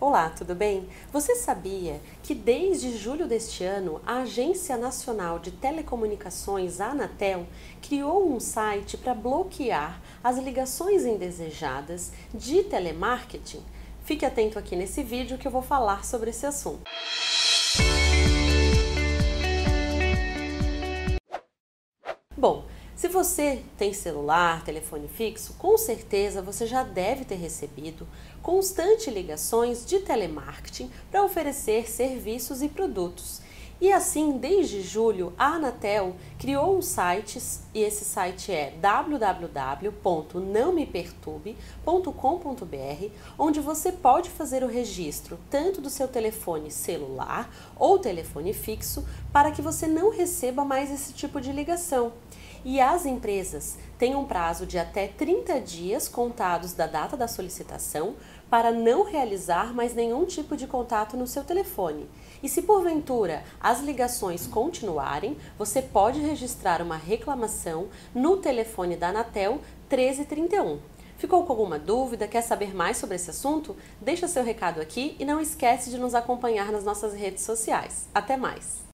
Olá, tudo bem? Você sabia que desde julho deste ano, a Agência Nacional de Telecomunicações, a Anatel, criou um site para bloquear as ligações indesejadas de telemarketing? Fique atento aqui nesse vídeo que eu vou falar sobre esse assunto. Bom, se você tem celular, telefone fixo, com certeza você já deve ter recebido constantes ligações de telemarketing para oferecer serviços e produtos. E assim, desde julho, a Anatel criou um site, e esse site é www.nãomeperturbe.com.br, onde você pode fazer o registro tanto do seu telefone celular ou telefone fixo para que você não receba mais esse tipo de ligação. E as empresas têm um prazo de até 30 dias contados da data da solicitação para não realizar mais nenhum tipo de contato no seu telefone. E se porventura as ligações continuarem, você pode registrar uma reclamação no telefone da Anatel 1331. Ficou com alguma dúvida? Quer saber mais sobre esse assunto? Deixa seu recado aqui e não esquece de nos acompanhar nas nossas redes sociais. Até mais!